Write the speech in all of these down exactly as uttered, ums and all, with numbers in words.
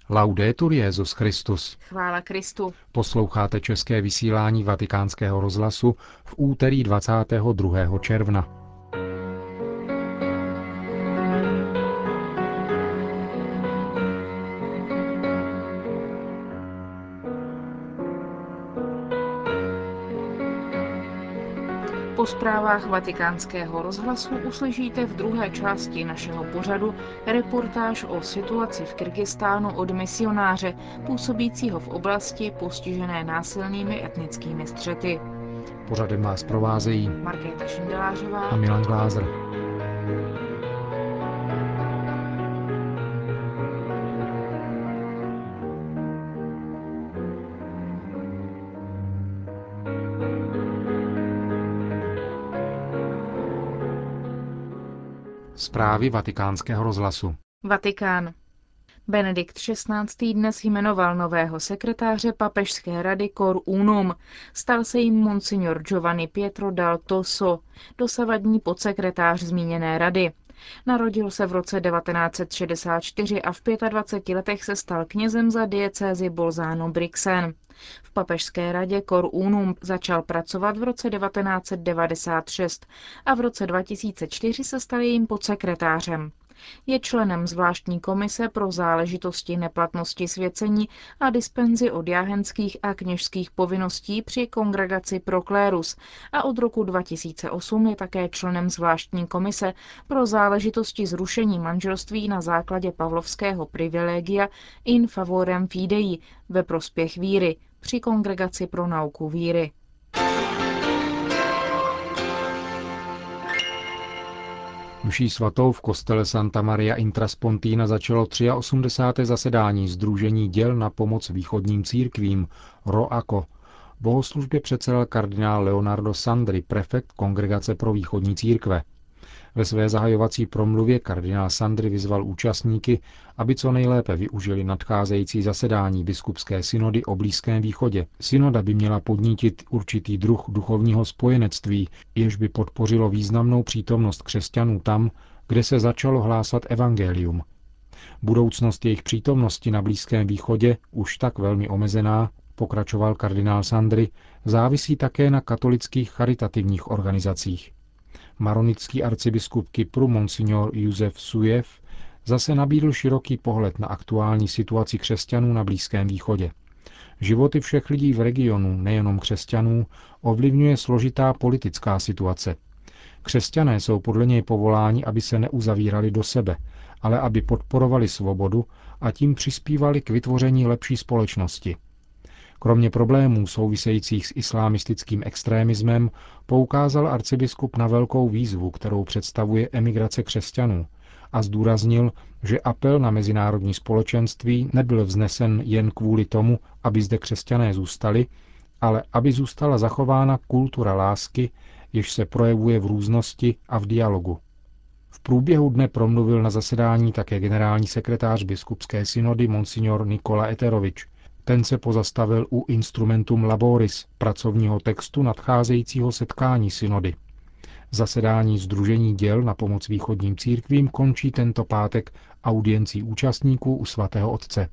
Laudetur Jesus Christus. Chvála Kristu. Posloucháte české vysílání Vatikánského rozhlasu v úterý dvacátého druhého června. Po zprávách Vatikánského rozhlasu uslyšíte v druhé části našeho pořadu reportáž o situaci v Kyrgyzstánu od misionáře, působícího v oblasti postižené násilnými etnickými střety. Pořadem vás provázejí Markéta Šindelářová a Milan Glázer. Zprávy Vatikánského rozhlasu. Vatikán. Benedikt šestnáctý. dnes jmenoval nového sekretáře papežské rady Cor Unum. Stal se jim monsignor Giovanni Pietro dal Tosso, dosavadní podsekretář zmíněné rady. Narodil se v roce devatenáct set šedesát čtyři a v dvaceti pěti letech se stal knězem za diecézi Bolzano-Brixen. V papežské radě Cor Unum začal pracovat v roce devatenáct set devadesát šest a v roce dva tisíce čtyři se stal jejím podsekretářem. Je členem zvláštní komise pro záležitosti neplatnosti svěcení a dispenzy od jáhenských a kněžských povinností při kongregaci pro klérus a od roku dva tisíce osm je také členem zvláštní komise pro záležitosti zrušení manželství na základě pavlovského privilegia in favorem fidei ve prospěch víry při kongregaci pro nauku víry. Mší svatou v kostele Santa Maria Intraspontina začalo osmdesáté třetí zasedání Sdružení děl na pomoc východním církvím ROACO. Bohoslužbě předsedal kardinál Leonardo Sandri, prefekt Kongregace pro východní církve. Ve své zahajovací promluvě kardinál Sandri vyzval účastníky, aby co nejlépe využili nadcházející zasedání biskupské synody o Blízkém východě. Synoda by měla podnítit určitý druh duchovního spojenectví, jež by podpořilo významnou přítomnost křesťanů tam, kde se začalo hlásat evangelium. Budoucnost jejich přítomnosti na Blízkém východě, už tak velmi omezená, pokračoval kardinál Sandri, závisí také na katolických charitativních organizacích. Maronitský arcibiskup Kypru monsignor Josef Sujev zase nabídl široký pohled na aktuální situaci křesťanů na Blízkém východě. Životy všech lidí v regionu, nejenom křesťanů, ovlivňuje složitá politická situace. Křesťané jsou podle něj povoláni, aby se neuzavírali do sebe, ale aby podporovali svobodu a tím přispívali k vytvoření lepší společnosti. Kromě problémů souvisejících s islámistickým extrémismem poukázal arcibiskup na velkou výzvu, kterou představuje emigrace křesťanů, a zdůraznil, že apel na mezinárodní společenství nebyl vznesen jen kvůli tomu, aby zde křesťané zůstali, ale aby zůstala zachována kultura lásky, jež se projevuje v různosti a v dialogu. V průběhu dne promluvil na zasedání také generální sekretář biskupské synody monsignor Nikola Eterovič. Ten se pozastavil u Instrumentum Laboris, pracovního textu nadcházejícího setkání synody. Zasedání Sdružení děl na pomoc východním církvím končí tento pátek audiencí účastníků u svatého otce.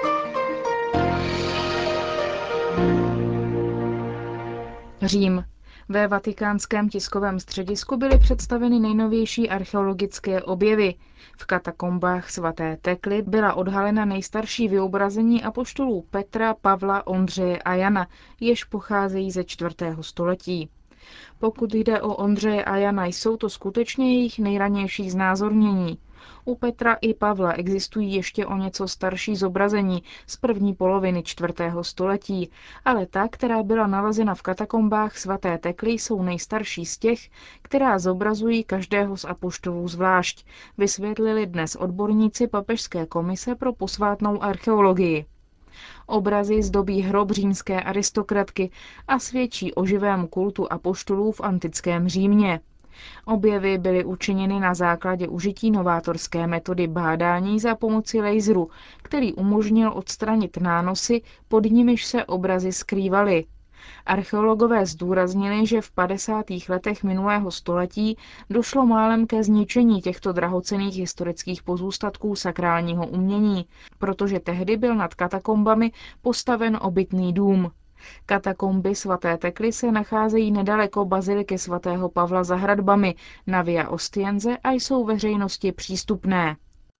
Řím. Ve vatikánském tiskovém středisku byly představeny nejnovější archeologické objevy. V katakombách svaté Tekly byla odhalena nejstarší vyobrazení apoštolů Petra, Pavla, Ondřeje a Jana, jež pocházejí ze čtvrtého století. Pokud jde o Ondřeje a Jana, jsou to skutečně jejich nejranější znázornění. U Petra i Pavla existují ještě o něco starší zobrazení z první poloviny čtvrtého století, ale ta, která byla nalezena v katakombách svaté Tekly, jsou nejstarší z těch, která zobrazují každého z apoštolů zvlášť, vysvětlili dnes odborníci Papežské komise pro posvátnou archeologii. Obrazy zdobí hrob římské aristokratky a svědčí o živém kultu apoštolů v antickém Římě. Objevy byly učiněny na základě užití novátorské metody bádání za pomoci laseru, který umožnil odstranit nánosy, pod nimiž se obrazy skrývaly. Archeologové zdůraznili, že v padesátých letech minulého století došlo málem ke zničení těchto drahocenných historických pozůstatků sakrálního umění, protože tehdy byl nad katakombami postaven obytný dům. Katakomby svaté Tekly se nacházejí nedaleko baziliky svatého Pavla za hradbami na Via Ostiense a jsou veřejnosti přístupné.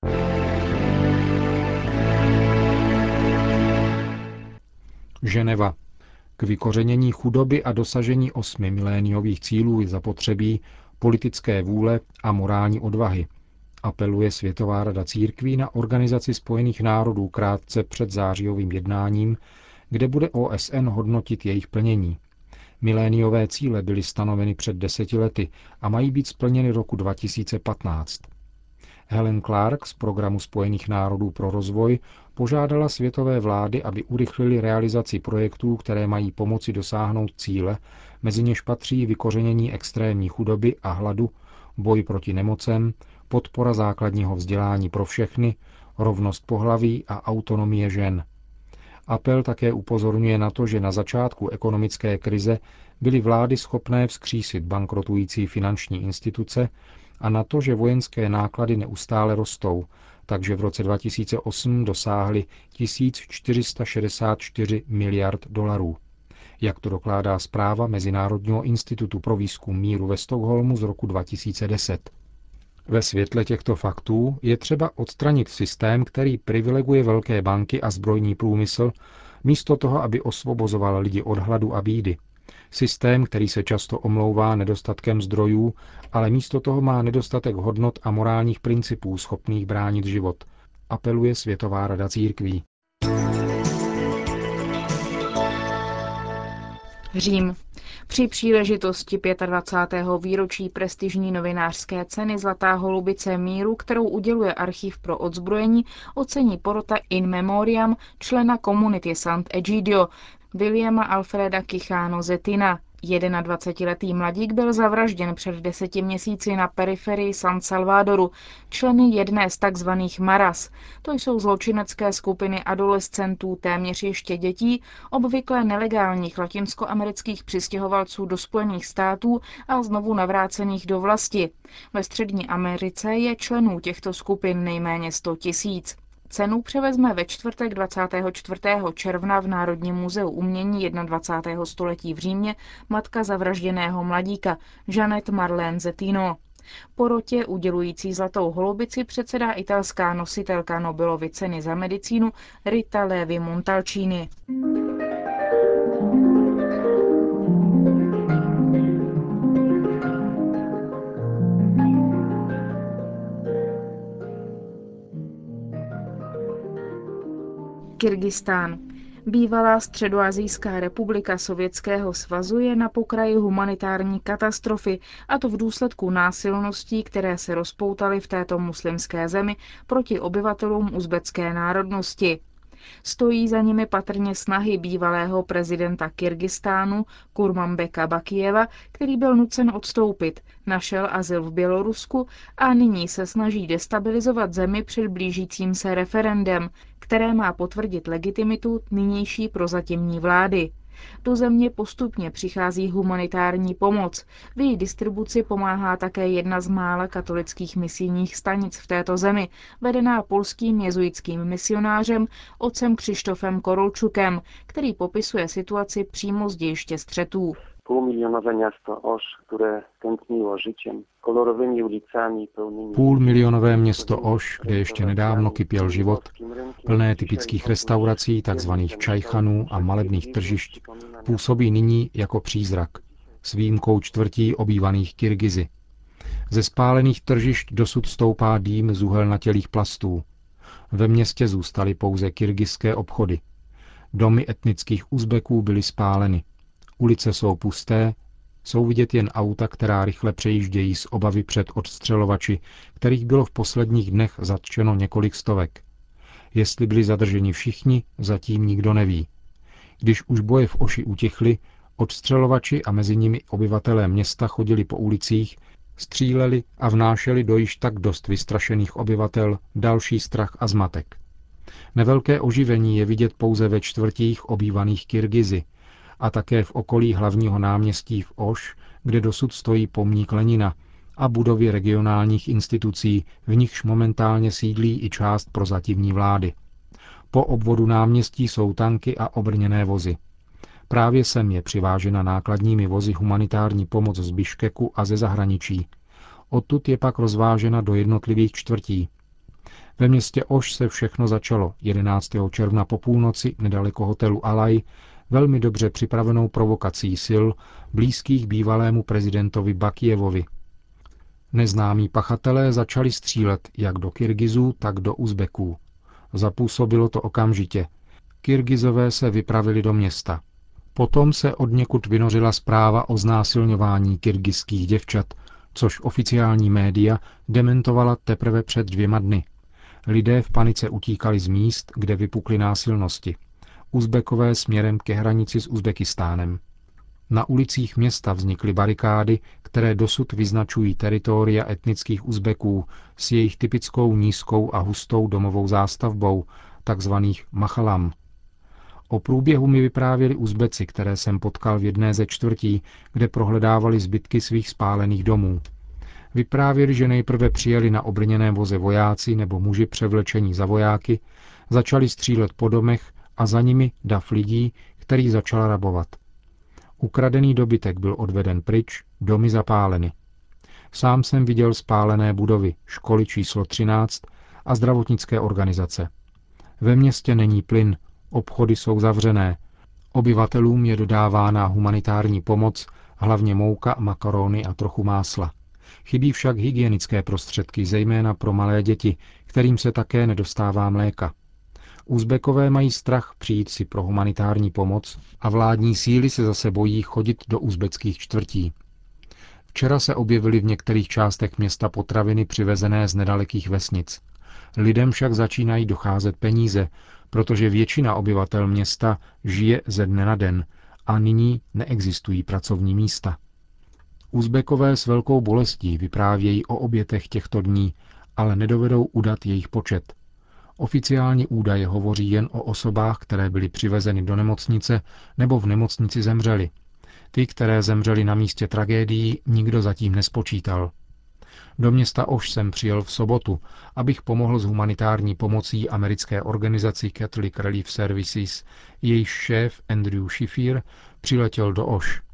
Ženeva. K vykořenění chudoby a dosažení osmi miléniových cílů je zapotřebí politické vůle a morální odvahy, apeluje Světová rada církví na Organizaci spojených národů krátce před zářijovým jednáním, kde bude O S N hodnotit jejich plnění. Miléniové cíle byly stanoveny před deseti lety a mají být splněny roku dva tisíce patnáct. Helen Clark z Programu spojených národů pro rozvoj požádala světové vlády, aby urychlili realizaci projektů, které mají pomoci dosáhnout cíle, mezi něž patří vykořenění extrémní chudoby a hladu, boj proti nemocem, podpora základního vzdělání pro všechny, rovnost pohlaví a autonomie žen. Apel také upozorňuje na to, že na začátku ekonomické krize byly vlády schopné vzkřísit bankrotující finanční instituce a na to, že vojenské náklady neustále rostou, takže v roce dva tisíce osm dosáhly tisíc čtyři sta šedesát čtyři miliard dolarů. Jak to dokládá zpráva Mezinárodního institutu pro výzkum míru ve Stockholmu z roku dva tisíce deset. Ve světle těchto faktů je třeba odstranit systém, který privileguje velké banky a zbrojní průmysl, místo toho, aby osvobozoval lidi od hladu a bídy. Systém, který se často omlouvá nedostatkem zdrojů, ale místo toho má nedostatek hodnot a morálních principů schopných bránit život, apeluje Světová rada církví. Řím. Při příležitosti dvacátého pátého výročí prestižní novinářské ceny Zlatá holubice míru, kterou uděluje Archiv pro odzbrojení, ocení porota in memoriam člena komunity Sant'Egidio, Williama Alfreda Quijano Zetina. dvacetiletý mladík byl zavražděn před deseti měsíci na periferii San Salvadoru členy jedné z takzvaných Maras. To jsou zločinecké skupiny adolescentů, téměř ještě dětí, obvykle nelegálních latinskoamerických přistěhovalců do Spojených států a znovu navrácených do vlasti. Ve Střední Americe je členů těchto skupin nejméně sto tisíc. Cenu převezme ve čtvrtek dvacátého čtvrtého června v Národním muzeu umění dvacátého prvního století v Římě matka zavražděného mladíka Jeanette Marlene Zetino. Porotě udělující Zlatou holubici předsedá italská nositelka Nobelovy ceny za medicínu Rita Levi Montalcini. Kyrgyzstán. Bývalá středoasijská republika Sovětského svazu je na pokraji humanitární katastrofy, a to v důsledku násilností, které se rozpoutaly v této muslimské zemi proti obyvatelům uzbecké národnosti. Stojí za nimi patrně snahy bývalého prezidenta Kyrgyzstánu Kurmanbeka Bakijeva, který byl nucen odstoupit, našel azyl v Bělorusku a nyní se snaží destabilizovat zemi před blížícím se referendem, které má potvrdit legitimitu nynější prozatímní vlády. Do země postupně přichází humanitární pomoc. V její distribuci pomáhá také jedna z mála katolických misijních stanic v této zemi, vedená polským jezuitským misionářem otcem Křištofem Korolčukem, který popisuje situaci přímo z dějiště střetů. Półmilionowe miasto Osz, które tętniło życiem, kolorowymi ulicami pełnymi... Půlmilionové město Oš, kde ještě nedávno kypěl život, plné typických restaurací, takzvaných čajchanů a malebných tržišť, působí nyní jako přízrak, s výjimkou čtvrtí obývaných Kyrgyzy. Ze spálených tržišť dosud stoupá dým z uhelnatělých plastů. Ve městě zůstaly pouze kyrgyzské obchody. Domy etnických Uzbeků byly spáleny. Ulice jsou pusté, jsou vidět jen auta, která rychle přejíždějí z obavy před odstřelovači, kterých bylo v posledních dnech zatčeno několik stovek. Jestli byli zadrženi všichni, zatím nikdo neví. Když už boje v Oši utichly, odstřelovači a mezi nimi obyvatelé města chodili po ulicích, stříleli a vnášeli do již tak dost vystrašených obyvatel další strach a zmatek. Nevelké oživení je vidět pouze ve čtvrtích obývaných Kyrgyzy, a také v okolí hlavního náměstí v Oš, kde dosud stojí pomník Lenina, a budovy regionálních institucí, v nichž momentálně sídlí i část prozatímní vlády. Po obvodu náměstí jsou tanky a obrněné vozy. Právě sem je přivážena nákladními vozy humanitární pomoc z Biškeku a ze zahraničí. Odtud je pak rozvážena do jednotlivých čtvrtí. Ve městě Oš se všechno začalo jedenáctého června po půlnoci nedaleko hotelu Alaj velmi dobře připravenou provokací sil blízkých bývalému prezidentovi Bakijevovi. Neznámí pachatelé začali střílet jak do Kyrgyzů, tak do Uzbeků. Zapůsobilo to okamžitě. Kyrgyzové se vypravili do města. Potom se odněkud vynořila zpráva o znásilňování kyrgyzských děvčat, což oficiální média dementovala teprve před dvěma dny. Lidé v panice utíkali z míst, kde vypukly násilnosti. Uzbekové směrem ke hranici s Uzbekistánem. Na ulicích města vznikly barikády, které dosud vyznačují teritoria etnických Uzbeků s jejich typickou nízkou a hustou domovou zástavbou, takzvaných machalam. O průběhu mi vyprávěli Uzbeci, které jsem potkal v jedné ze čtvrtí, kde prohledávali zbytky svých spálených domů. Vyprávěli, že nejprve přijeli na obrněné voze vojáci nebo muži převlečení za vojáky, začali střílet po domech a za nimi dav lidí, který začal rabovat. Ukradený dobytek byl odveden pryč, domy zapáleny. Sám jsem viděl spálené budovy, školy číslo třináct a zdravotnické organizace. Ve městě není plyn, obchody jsou zavřené. Obyvatelům je dodávána humanitární pomoc, hlavně mouka, makarony a trochu másla. Chybí však hygienické prostředky, zejména pro malé děti, kterým se také nedostává mléka. Uzbekové mají strach přijít si pro humanitární pomoc a vládní síly se zase bojí chodit do uzbeckých čtvrtí. Včera se objevily v některých částech města potraviny přivezené z nedalekých vesnic. Lidem však začínají docházet peníze, protože většina obyvatel města žije ze dne na den a nyní neexistují pracovní místa. Uzbekové s velkou bolestí vyprávějí o obětech těchto dní, ale nedovedou udat jejich počet. Oficiální údaje hovoří jen o osobách, které byly přivezeny do nemocnice nebo v nemocnici zemřely. Ty, které zemřely na místě tragédií, nikdo zatím nespočítal. Do města Oš jsem přijel v sobotu, abych pomohl s humanitární pomocí americké organizaci Catholic Relief Services. Jejíž šéf Andrew Shifir přiletěl do Oš.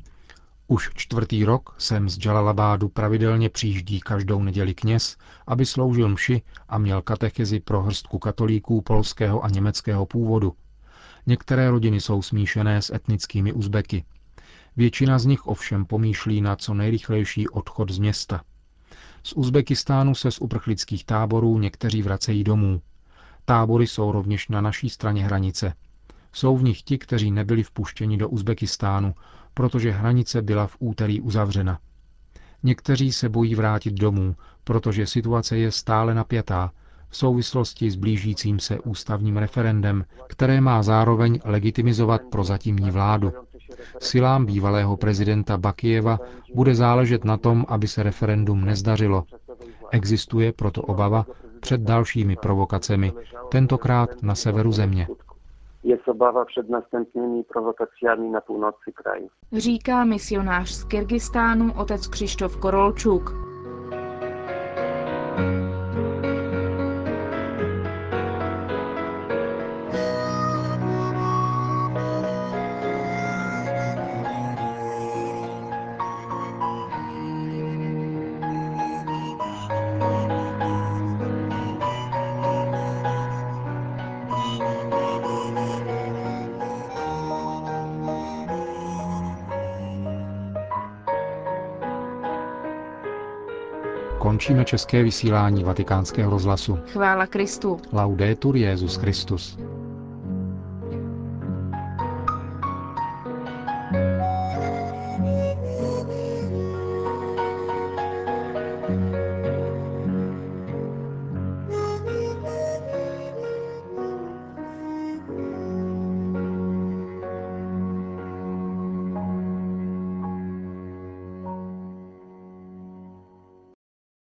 Už čtvrtý rok sem z Džalalabádu pravidelně přijíždí každou neděli kněz, aby sloužil mši a měl katechezi pro hrstku katolíků polského a německého původu. Některé rodiny jsou smíšené s etnickými Uzbeky. Většina z nich ovšem pomýšlí na co nejrychlejší odchod z města. Z Uzbekistánu se z uprchlických táborů někteří vracejí domů. Tábory jsou rovněž na naší straně hranice. Jsou v nich ti, kteří nebyli vpuštěni do Uzbekistánu, protože hranice byla v úterý uzavřena. Někteří se bojí vrátit domů, protože situace je stále napjatá v souvislosti s blížícím se ústavním referendem, které má zároveň legitimizovat prozatímní vládu. Silám bývalého prezidenta Bakijeva bude záležet na tom, aby se referendum nezdařilo. Existuje proto obava před dalšími provokacemi, tentokrát na severu země. Je obava před następnymi prowokacjami na północy kraju. Říká misionář z Kyrgyzstánu otec Křištof Korolčuk. Končíme české vysílání Vatikánského rozhlasu. Chvála Kristu. Laudetur Jesus Christus.